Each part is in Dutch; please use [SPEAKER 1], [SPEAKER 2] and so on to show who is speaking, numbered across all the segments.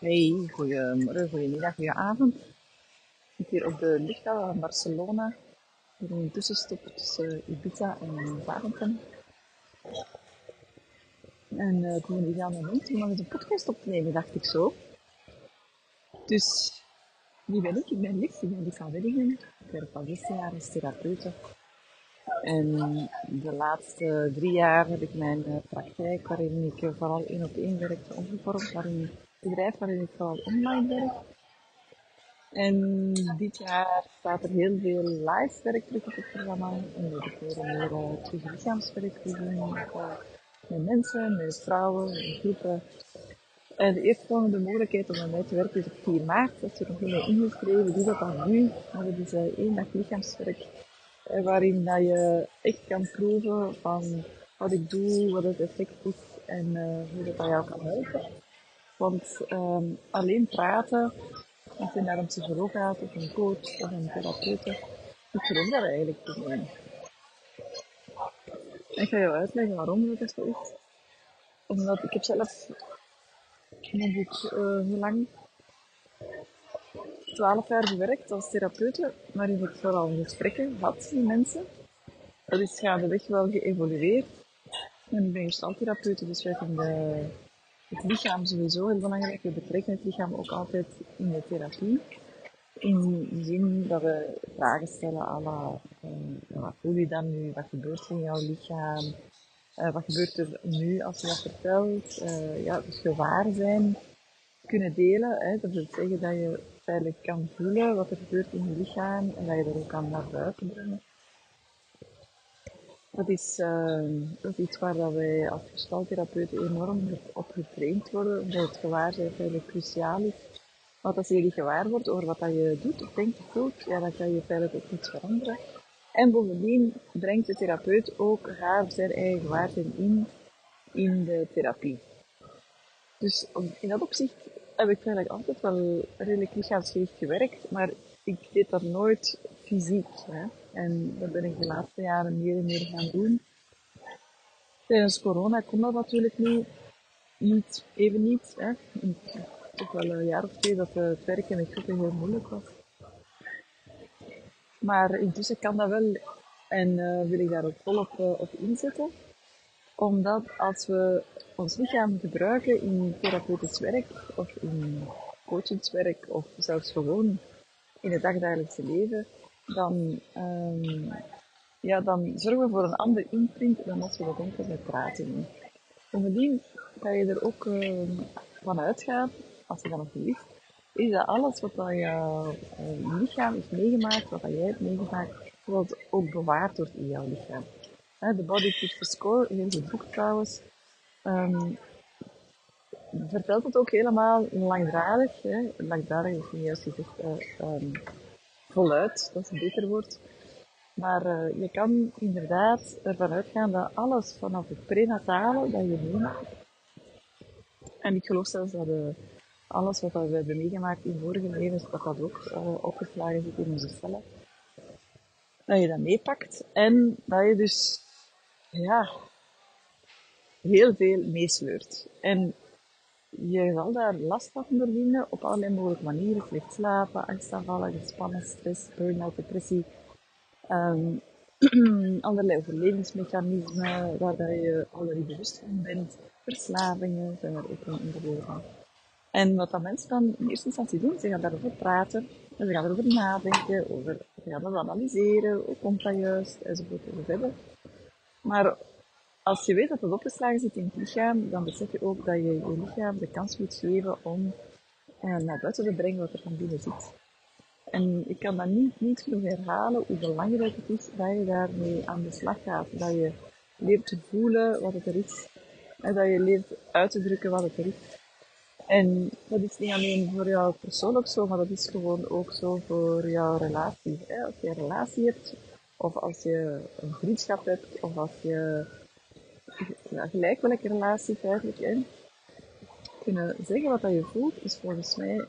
[SPEAKER 1] Hey, goedemorgen, goedemiddag, goedenavond. Ik zit hier op de luchthaven van Barcelona. Hier een tussenstop tussen Ibiza en Zaventem. En het is een ideaal moment om nog eens een podcast op te nemen, dacht ik zo. Dus, wie ben ik? Ik ben Lies, ik ben Lies van Weddingen. Ik werk al 16 jaar als therapeute. En de laatste 3 jaar heb ik mijn praktijk, waarin ik vooral 1-op-1 werkte, omgevormd. Waarin een bedrijf waarin ik vooral online werk. En dit jaar staat er heel veel live werk terug op het programma. En we proberen meer terug lichaamswerk te doen met mensen, met vrouwen, met groepen. En de eerstvolgende mogelijkheid om met mij te werken is op 4 maart. Dat is er nog helemaal ingeschreven. Doe dat dan nu. Maar dat is 1 dag lichaamswerk. Waarin dat je echt kan proeven van wat ik doe, wat het effect is en hoe dat jou kan helpen. Want alleen praten, als je naar een psycholoog gaat, of een coach, of een therapeute, ik geloof daar eigenlijk niet in. En ik ga je uitleggen waarom dat zo is. Omdat ik heb zelf, denk ik, hoe lang? 12 jaar gewerkt als therapeute, waarin ik vooral gesprekken had met mensen. Dat is gaandeweg wel geëvolueerd. En ik ben gestaltherapeute, dus wij vinden het lichaam sowieso heel belangrijk. We betrekken het lichaam ook altijd in de therapie. In de zin dat we vragen stellen à la, wat voel je dan nu? Wat gebeurt er in jouw lichaam? Wat gebeurt er nu als je dat vertelt? Ja, dus gewaar zijn, kunnen delen. Hè? Dat wil zeggen dat je feitelijk kan voelen wat er gebeurt in je lichaam en dat je er ook kan naar buiten brengen. Dat is iets waar dat wij als gestaltherapeuten enorm op getraind worden, omdat het gewaarzijn feitelijk cruciaal is. Want als je niet gewaar wordt over wat dat je doet of denkt of voelt, ja, dan kan je feitelijk ook niets veranderen. En bovendien brengt de therapeut ook haar of zijn eigen gewaarzijn in de therapie. Dus in dat opzicht heb ik eigenlijk altijd wel redelijk lichaamsgericht gewerkt, maar ik deed dat nooit fysiek. Hè. En dat ben ik de laatste jaren meer en meer gaan doen. Tijdens corona kon dat natuurlijk even niet. Hè. Toch wel een jaar of 2 dat het werken met groepen heel moeilijk was. Maar intussen kan dat wel en wil ik daar ook volop op inzetten. Omdat als we ons lichaam gebruiken in therapeutisch werk of in coachingswerk of zelfs gewoon in het dagdagelijkse leven, dan zorgen we voor een ander imprint dan als we dat enkel met praten doen. Bovendien ga je er ook van uitgaan, als je dat nog niet wist, is dat alles wat dat jouw lichaam heeft meegemaakt, wat dat jij hebt meegemaakt, dat het ook bewaard wordt in jouw lichaam. The Body Keeps the Score, een heel goed boek trouwens, vertelt het ook helemaal langdradig. Hè. Langdradig is niet juist gezegd voluit, dat is een beter woord. Maar je kan inderdaad ervan uitgaan dat alles vanaf het prenatale dat je meemaakt. En ik geloof zelfs dat alles wat we hebben meegemaakt in vorige levens, dat dat ook opgeslagen zit in onze cellen. Dat je dat meepakt en dat je dus ja, heel veel meesleurt. En je zal daar last van ondervinden op allerlei mogelijke manieren. Slecht slapen, angstaanvallen, gespannen, stress, burn-out, depressie. Allerlei overlevingsmechanismen waar dat je al niet bewust van bent. Verslavingen zijn er ook een onderdeel van. En wat dat mensen dan in eerste instantie doen, ze gaan daarover praten. En ze gaan erover nadenken, ze gaan dat analyseren, hoe komt dat juist, enzovoort enzovoort. Maar als je weet dat het opgeslagen zit in het lichaam, dan besef je ook dat je je lichaam de kans moet geven om naar buiten te brengen wat er van binnen zit. En ik kan dat niet genoeg herhalen hoe belangrijk het is dat je daarmee aan de slag gaat. Dat je leert te voelen wat het er is. En dat je leert uit te drukken wat het er is. En dat is niet alleen voor jou persoonlijk zo, maar dat is gewoon ook zo voor jouw relatie. Als je een relatie hebt, of als je een vriendschap hebt, of als je gelijk welke relatie feitelijk in. Kunnen zeggen wat dat je voelt, is volgens mij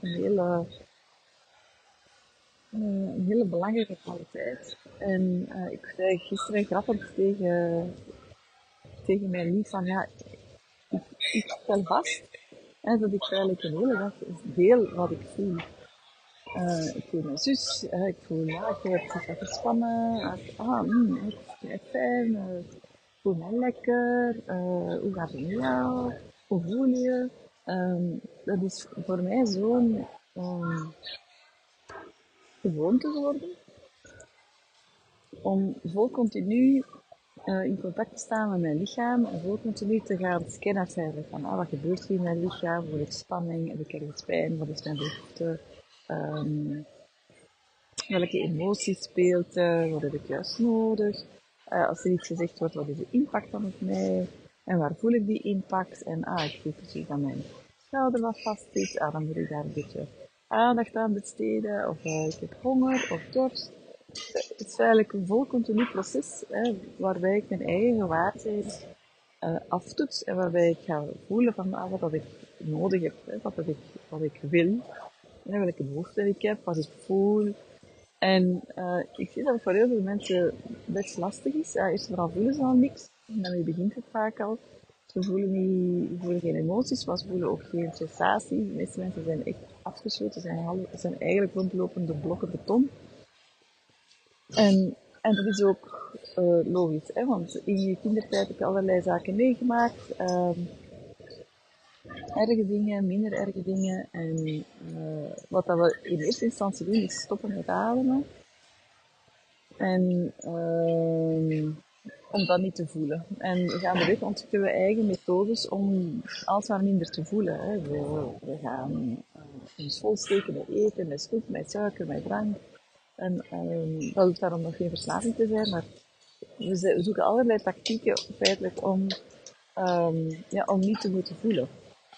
[SPEAKER 1] een hele belangrijke kwaliteit. En ik zei gisteren grappig tegen mijn lief van ja, ik stel vast En dat ik eigenlijk een hele dag deel wat ik voel. Ik voel mijn zus, ik voel, ja, ik heb zich wat gespannen. Het is echt fijn. Ik voel mij lekker. Hoe gaat het met jou? Hoe voel je? Dat is voor mij zo'n gewoonte geworden om vol continu in contact te staan met mijn lichaam en vol continu te gaan scannen van wat gebeurt er in mijn lichaam, voel ik spanning, heb ik ergens pijn, wat is mijn behoefte, welke emoties speelt er, wat heb ik juist nodig, als er iets gezegd wordt, wat is de impact dan op mij en waar voel ik die impact en ik voel precies dat mijn schouder wat vast is, dan moet ik daar een beetje aandacht aan besteden of ik heb honger of dorst. Het is eigenlijk een vol continu proces, waarbij ik mijn eigen gewaarheid aftoets en waarbij ik ga voelen van wat ik nodig heb, wat ik wil, welke behoeften ik heb, wat ik voel. En ik zie dat het voor heel veel mensen best lastig is. Eerst en vooral voelen ze al niks. En daarmee begint het vaak al. Ze voelen geen emoties, maar ze voelen ook geen sensatie. De meeste mensen zijn echt afgesloten, zijn eigenlijk rondlopende blokken beton. En dat is ook logisch, hè? Want in je kindertijd heb je allerlei zaken meegemaakt. Erge dingen, minder erge dingen. En wat dat we in eerste instantie doen, is stoppen met ademen. En om dat niet te voelen. En gaandeweg ontwikkelen we eigen methodes om alsmaar minder te voelen. Hè. We gaan ons volsteken met eten, met snoep, met suiker, met drank. En dat hoeft daarom nog geen verslaving te zijn, maar we zoeken allerlei tactieken feitelijk om niet te moeten voelen.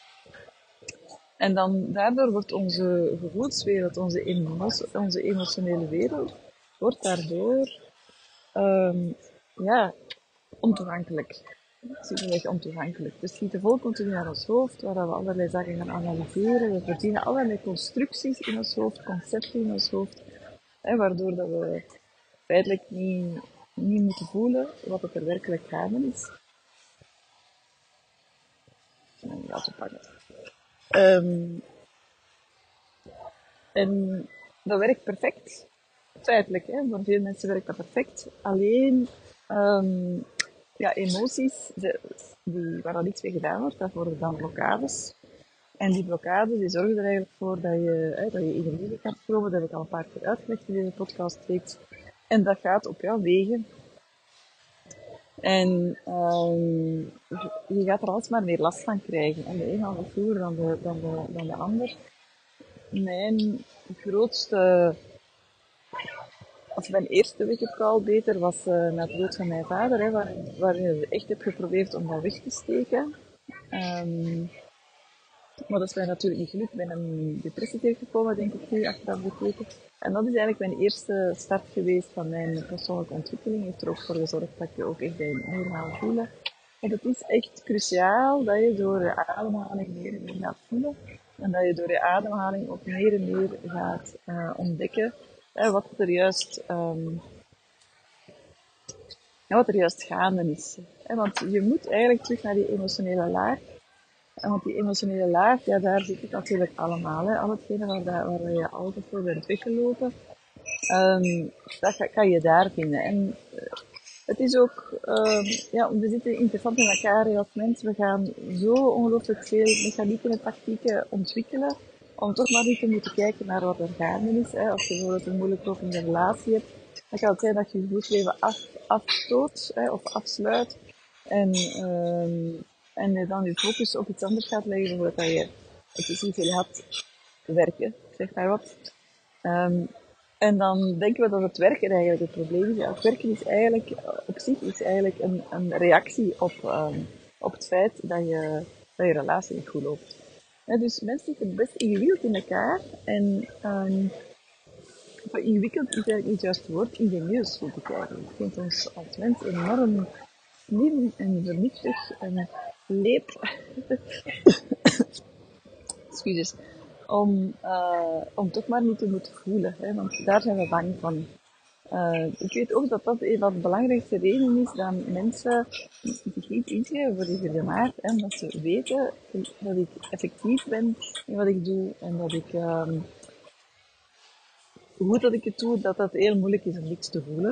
[SPEAKER 1] En dan daardoor wordt onze gevoelswereld, onze emotionele wereld, wordt daardoor ontoegankelijk. Simpelweg ontoegankelijk. We schieten vol continu naar ons hoofd, waar we allerlei zaken gaan analyseren. We verdienen allerlei constructies in ons hoofd, concepten in ons hoofd, waardoor dat we feitelijk niet moeten voelen wat het er werkelijk gaande is. Ja, te pakken. En dat werkt perfect. Feitelijk, hè. Voor veel mensen werkt dat perfect. Alleen, emoties, waar dan niets mee gedaan wordt, dat worden dan blokkades. En die blokkades die zorgen er eigenlijk voor dat je energie kan stromen. Dat heb ik al een paar keer uitgelegd in deze podcast reeks. En dat gaat op jouw wegen. En je gaat er alsmaar meer last van krijgen. En de een gaat het vroeger dan de ander. Mijn eerste wake-up call beter was na de dood van mijn vader, hè, waarin ik echt heb geprobeerd om dat weg te steken. Maar dat is mij natuurlijk niet gelukt. Ik ben een depressie tegengekomen, denk ik nu, achteraf bekeken. En dat is eigenlijk mijn eerste start geweest van mijn persoonlijke ontwikkeling. Heeft er ook voor gezorgd dat je ook echt bij een uur gaat voelen. En het is echt cruciaal dat je door je ademhaling meer en meer gaat voelen. En dat je door je ademhaling ook meer en meer gaat ontdekken wat er juist gaande is. Want je moet eigenlijk terug naar die emotionele laag. Want die emotionele laag, daar zit het natuurlijk allemaal. Al hetgene waar je altijd voor bent weggelopen, dat kan je daar vinden. En het is ook, we zitten interessant in elkaar als mens. We gaan zo ongelooflijk veel mechanieken en tactieken ontwikkelen, om toch maar niet te moeten kijken naar wat er gaande is. Als je bijvoorbeeld een moeilijk lopende relatie hebt, dan kan het zijn dat je je gevoelsleven afstoot of afsluit. En je dan je focus op iets anders gaat leggen, bijvoorbeeld dat je het is niet veel had werken, ik zeg maar wat. En dan denken we dat het werken eigenlijk het probleem is. Ja, het werken is eigenlijk, op zich is eigenlijk een reactie op het feit dat je relatie niet goed loopt. Dus mensen zitten best ingewikkeld in elkaar. En ingewikkeld is eigenlijk niet juist het woord, ingenieus vind ik eigenlijk. Ik vind ons als mens enorm slim en vernuftig en leep. Excuses. Om toch maar niet te moeten voelen. Want daar zijn we bang van. Ik weet ook dat dat een van de belangrijkste redenen is dat mensen zich niet inschrijven voor die 4 maart. Hè, omdat ze weten dat ik effectief ben in wat ik doe. En dat ik, hoe dat ik het doe, dat dat heel moeilijk is om niks te voelen.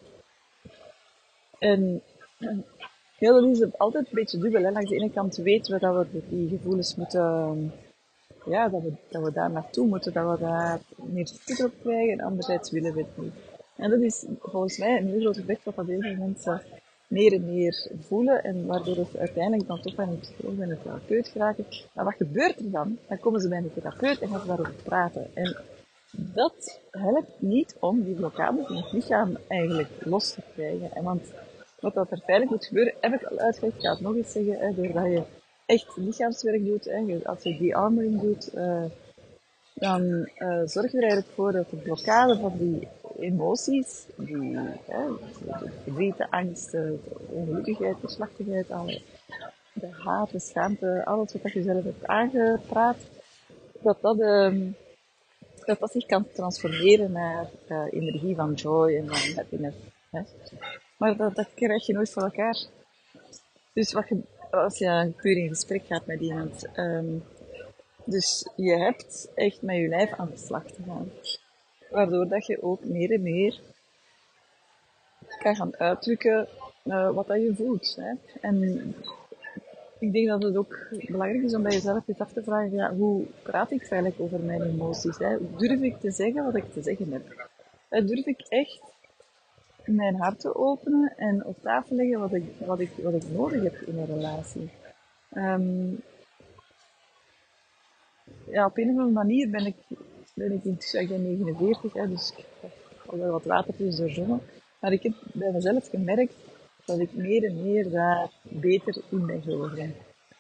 [SPEAKER 1] En ja, dat is altijd een beetje dubbel. Hè. Langs de ene kant weten we dat we die gevoelens moeten, ja, dat we daar naartoe moeten, dat we daar meer zicht op krijgen. En anderzijds willen we het niet. En dat is volgens mij een heel groot effect wat heel veel mensen meer en meer voelen. En waardoor ze uiteindelijk dan toch bij een psycholoog en een therapeut geraken. Maar wat gebeurt er dan? Dan komen ze bij een therapeut en gaan ze daarover praten. En dat helpt niet om die blokkades in het lichaam eigenlijk los te krijgen. En want wat dat er feitelijk moet gebeuren, heb ik al uitgelegd, ik ga het nog eens zeggen, hè, doordat je echt lichaamswerk doet, hè, als je die armoring doet, dan zorg je er eigenlijk voor dat de blokkade van die emoties, die de verdriet, de angst, de ongelukkigheid, de slachtigheid, de haat, de schaamte, alles wat je zelf hebt aangepraat, dat dat zich kan transformeren naar energie van joy en van happiness. Hè. Maar dat krijg je nooit voor elkaar. Dus als je puur in gesprek gaat met iemand, dus je hebt echt met je lijf aan de slag te gaan. Waardoor dat je ook meer en meer kan gaan uitdrukken wat dat je voelt. Hè. En ik denk dat het ook belangrijk is om bij jezelf eens af te vragen, ja, hoe praat ik eigenlijk over mijn emoties? Hè? Durf ik te zeggen wat ik te zeggen heb? Durf ik echt mijn hart te openen en op tafel leggen wat ik nodig heb in een relatie? Ja, op een of andere manier ben ik intussen, ik ben 49, hè, dus ik heb al wel wat watertjes doorzwommen. Maar ik heb bij mezelf gemerkt dat ik meer en meer daar beter in ben geworden.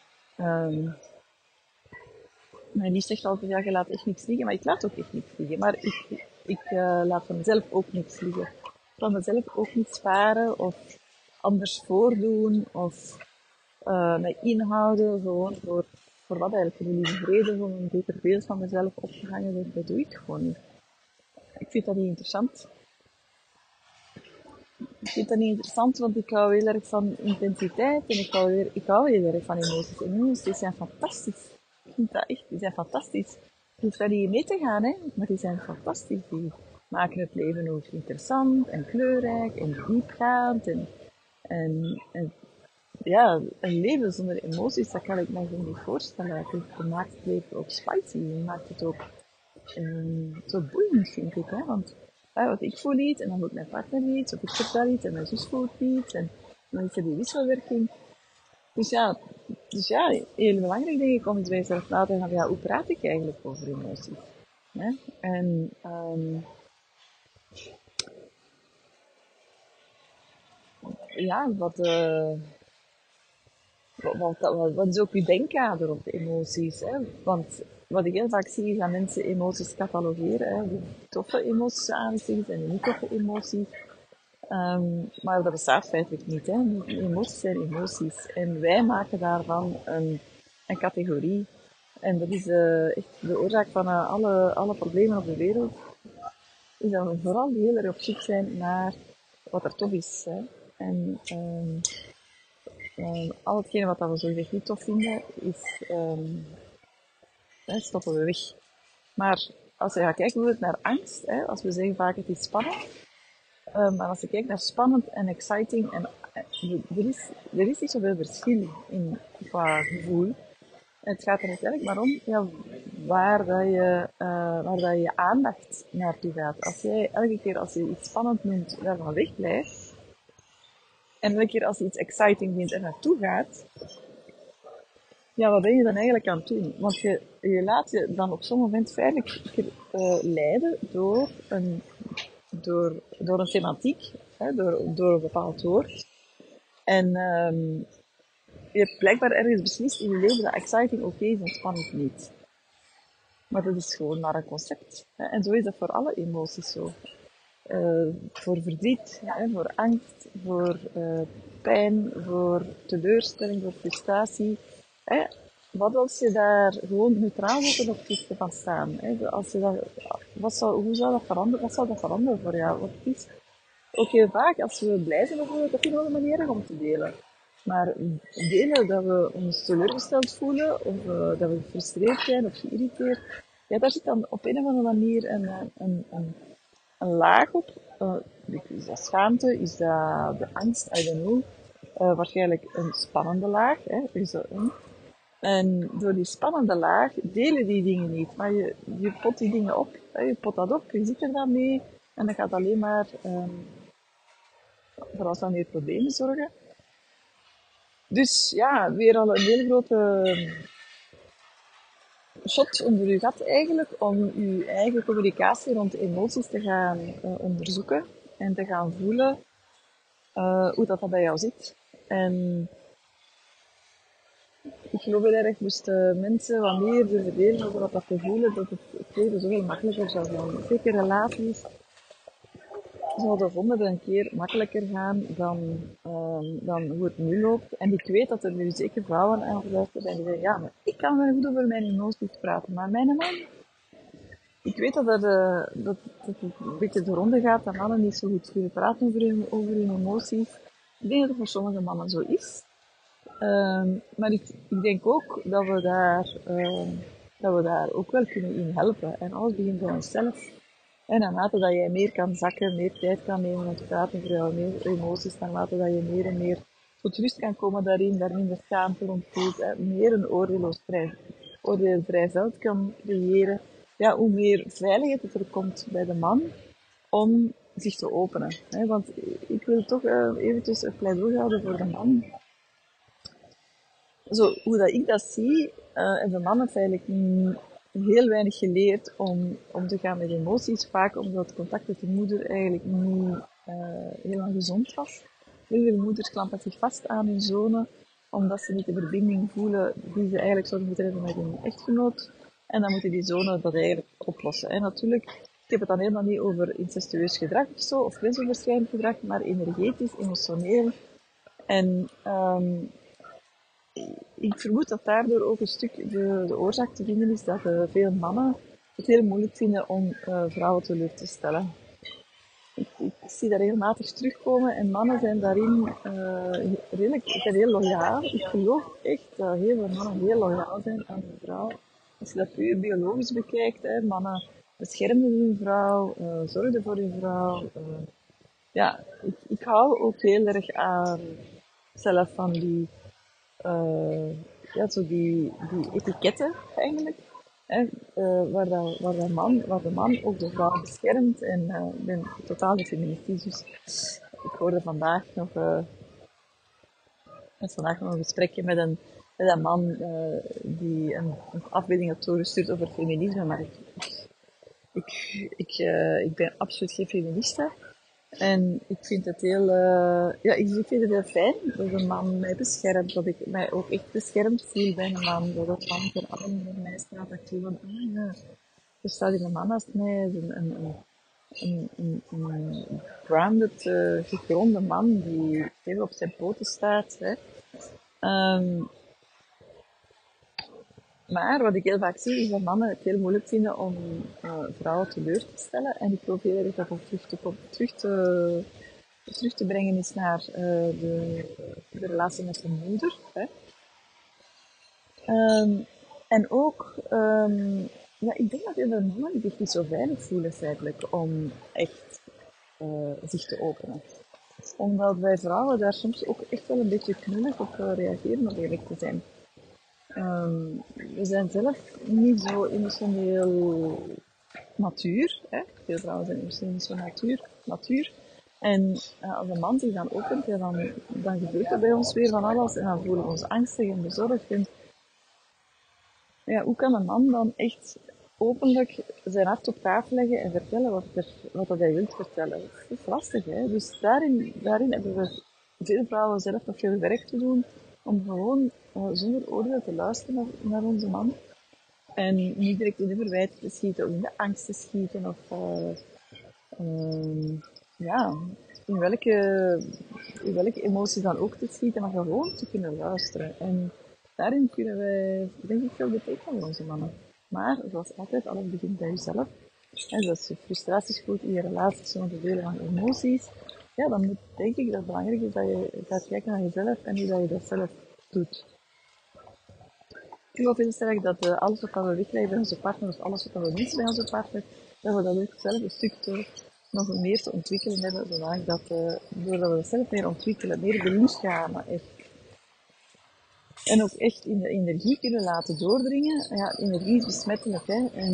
[SPEAKER 1] Mijn lief zegt altijd, ja, je laat echt niks liggen, maar ik laat ook echt niks liggen. Maar ik laat van mezelf ook niks liggen. Ik kan mezelf ook niet sparen of anders voordoen of mij inhouden, gewoon voor wat eigenlijk, voor de lieve vrede, voor een beter beeld van mezelf op te hangen, dat doe ik gewoon niet. Ik vind dat niet interessant. Ik vind dat niet interessant, want ik hou heel erg van intensiteit en ik hou heel erg van emoties. En emoties zijn fantastisch. Ik vind dat echt, die zijn fantastisch. Je hoeft daar niet in mee te gaan, hè, maar die zijn fantastisch. Die maken het leven ook interessant en kleurrijk en diepgaand. En ja, een leven zonder emoties, dat kan ik me gewoon niet voorstellen. Het maakt het leven ook spicy, het maakt het ook zo boeiend, vind ik. Hè? Want wat ik voel niet, en dan voelt mijn partner niet, of ik vertel iets en mijn zus voelt niet, en dan is er die wisselwerking. Dus ja, heel belangrijk denk ik om eens bij jezelf na te gaan, ja, hoe praat ik eigenlijk over emoties? Hè? En ja, wat is ook uw denkkader op de emoties? Hè? Want wat ik heel vaak zie is dat mensen emoties catalogeren. Hè? Die toffe emoties aanwezig zijn en niet toffe emoties. Maar dat bestaat feitelijk niet. Hè? Emoties zijn emoties. En wij maken daarvan een categorie. En dat is echt de oorzaak van alle problemen op de wereld. Is dat we vooral heel erg op zoek zijn naar wat er tof is. Hè? En al hetgene wat we zogezegd niet tof vinden, stoppen we weg. Maar als je gaat kijken bijvoorbeeld naar angst, hè, als we zeggen vaak het is spannend, maar als je kijkt naar spannend en exciting, er is niet zoveel verschil qua gevoel. Het gaat er uiteindelijk maar om ja, waar dat je aandacht naartoe gaat. Als jij elke keer als je iets spannend noemt, daarvan wegblijft, en elke keer als je iets exciting vindt en naartoe gaat, ja, wat ben je dan eigenlijk aan het doen? Want je laat je dan op zo'n moment feitelijk leiden door een semantiek, hè, door een bepaald woord. En je hebt blijkbaar ergens beslist in je leven dat exciting oké is en spannend niet. Maar dat is gewoon maar een concept. Hè. En zo is dat voor alle emoties zo. Voor verdriet, hè, voor angst, voor pijn, voor teleurstelling, voor frustratie. Hè. Wat als je daar gewoon neutraal ten opzichte van staan? Hè? Als je dat, hoe zou dat veranderen? Wat zou dat veranderen voor jou? Wat is ook heel vaak, als we blij zijn bijvoorbeeld, dat vinden we een manier om te delen. Maar delen dat we ons teleurgesteld voelen, of dat we gefrustreerd zijn of geïrriteerd, ja, daar zit dan op een of andere manier een laag op. Is dat schaamte? Is dat de angst? I don't know. Waarschijnlijk een spannende laag. Hè? Is dat een. En door die spannende laag delen die dingen niet. Maar je pot die dingen op. Hè? Je pot dat op, je zit er dan mee. En dat gaat alleen maar voor als dan weer problemen zorgen. Dus ja, weer al een hele grote shot onder uw gat eigenlijk om uw eigen communicatie rond emoties te gaan onderzoeken en te gaan voelen hoe dat bij jou zit. En ik geloof heel erg, moesten mensen wat meer durven delen over wat dat ze voelen, dat het leven zoveel makkelijker zou gaan. Zeker relaties zouden een keer makkelijker gaan dan hoe het nu loopt. En ik weet dat er nu zeker vrouwen aan geluisterd zijn die zeggen, ja, maar ik kan wel goed over mijn emoties praten, maar mijn man... Ik weet dat het een beetje de ronde gaat dat mannen niet zo goed kunnen praten over hun emoties. Ik denk dat het voor sommige mannen zo is. Maar ik denk ook dat we daar ook wel kunnen in helpen. En alles begint bij onszelf. En naarmate dat jij meer kan zakken, meer tijd kan nemen om te praten over jouw emoties, naarmate dat je meer en meer tot rust kan komen daarin, daar minder schaamte rond voelt, meer een oordeelvrij veld kan creëren, ja, hoe meer veiligheid het er komt bij de man om zich te openen. Want ik wil toch eventjes een pleidooi houden voor de man. Zo, hoe dat ik dat zie, hebben de mannen eigenlijk heel weinig geleerd om te gaan met emoties. Vaak omdat het contact met de moeder eigenlijk niet helemaal gezond was. Heel veel moeders klampen zich vast aan hun zonen, omdat ze niet de verbinding voelen die ze eigenlijk zouden moeten hebben met hun echtgenoot. En dan moeten die zonen dat eigenlijk oplossen. En natuurlijk, ik heb het dan helemaal niet over incestueus gedrag of zo, of grensoverschrijdend gedrag, maar energetisch, emotioneel. En ik vermoed dat daardoor ook een stuk de oorzaak te vinden is dat veel mannen het heel moeilijk vinden om vrouwen teleur te stellen. Ik zie dat regelmatig terugkomen en mannen zijn daarin zijn heel loyaal. Ik geloof echt dat heel veel mannen heel loyaal zijn aan hun vrouw. Als je dat puur biologisch bekijkt, hè, mannen beschermden hun vrouw, zorgden voor hun vrouw. Ja, ik hou ook heel erg aan zelf van ja, zo die etiketten eigenlijk. Hè, waar de man ook de vrouw beschermt. En ik ben totaal niet feministisch, dus ik hoorde vandaag nog een gesprekje met een man die een afbeelding had toegestuurd over feminisme, maar ik ben absoluut geen feministe. En ik vind het ik vind het heel fijn dat een man mij beschermt, dat ik mij ook echt beschermd voel bij een man, dat een man voor allen naar mij staat, dat ik voel van, ja, er staat hier een man naast mij, een grounded, gegronde man die heel op zijn poten staat. Hè. Ehm, maar wat ik heel vaak zie, is dat mannen het heel moeilijk vinden om vrouwen teleur te stellen. En ik geloof heel erg dat dat terug te brengen is naar de relatie met zijn moeder. Hè. En ook, ja, ik denk dat heel veel mannen zich niet zo veilig voelen feitelijk om echt zich te openen. Omdat wij vrouwen daar soms ook echt wel een beetje knullig op reageren, om eerlijk te zijn. We zijn zelf niet zo emotioneel matuur. Hè? Veel vrouwen zijn emotioneel niet zo matuur. En als een man zich dan opent, ja, dan gebeurt er bij ons weer van alles. En dan voelen we ons angstig en bezorgd. En ja, hoe kan een man dan echt openlijk zijn hart op tafel leggen en vertellen wat hij wil vertellen? Dat is lastig, hè? Dus daarin hebben we veel vrouwen zelf nog veel werk te doen om gewoon zonder oordeel te luisteren naar onze man. En niet direct in de verwijten te schieten of in de angst te schieten of ja, in welke emoties dan ook te schieten, maar gewoon te kunnen luisteren. En daarin kunnen wij, denk ik, veel betekenen voor onze mannen. Maar, zoals altijd, alles begint bij jezelf. En zoals je frustraties voelt in je relaties, zo'n delen van emoties. ja, dan denk ik dat het belangrijk is dat je gaat kijken naar jezelf en hoe dat je dat zelf doet. Ik geloof heel sterk dat alles wat we wegleggen bij onze partner, of alles wat we missen bij onze partner, dat we dat ook zelf een stuk nog meer te ontwikkelen hebben, zodanig dat, doordat we dat zelf meer ontwikkelen, meer belichamen echt, en ook echt in de energie kunnen laten doordringen. Ja, energie is besmettelijk, hè. En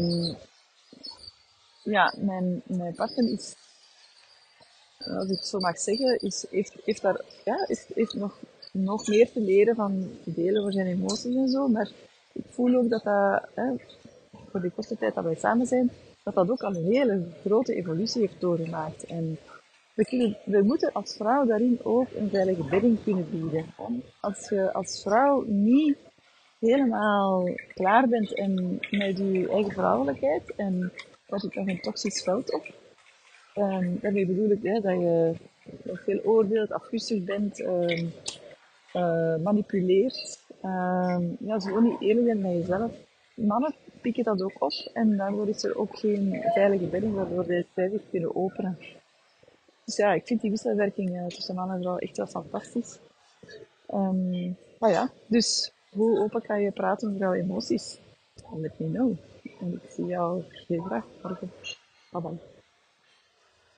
[SPEAKER 1] ja, mijn partner is, als ik het zo mag zeggen, heeft daar, ja, heeft nog meer te leren van te delen over zijn emoties en zo. Maar ik voel ook dat dat, voor die korte tijd dat wij samen zijn, dat dat ook al een hele grote evolutie heeft doorgemaakt. En we moeten als vrouw daarin ook een veilige bedding kunnen bieden. Als je als vrouw niet helemaal klaar bent en met je eigen vrouwelijkheid, en daar zit nog een toxisch veld op, daarmee bedoel ik dat je veel oordeelt, afgunstig bent, manipuleert, ja, zo niet eerlijk bent met jezelf. Mannen pikken dat ook op en daardoor is er ook geen veilige bedding waardoor zij zich kunnen openen. Dus ja, ik vind die wisselwerking tussen man en vrouw echt wel fantastisch. Maar ja, dus hoe open kan je praten over jouw emoties? Let me know. En ik zie jou heel graag morgen. Bye bye.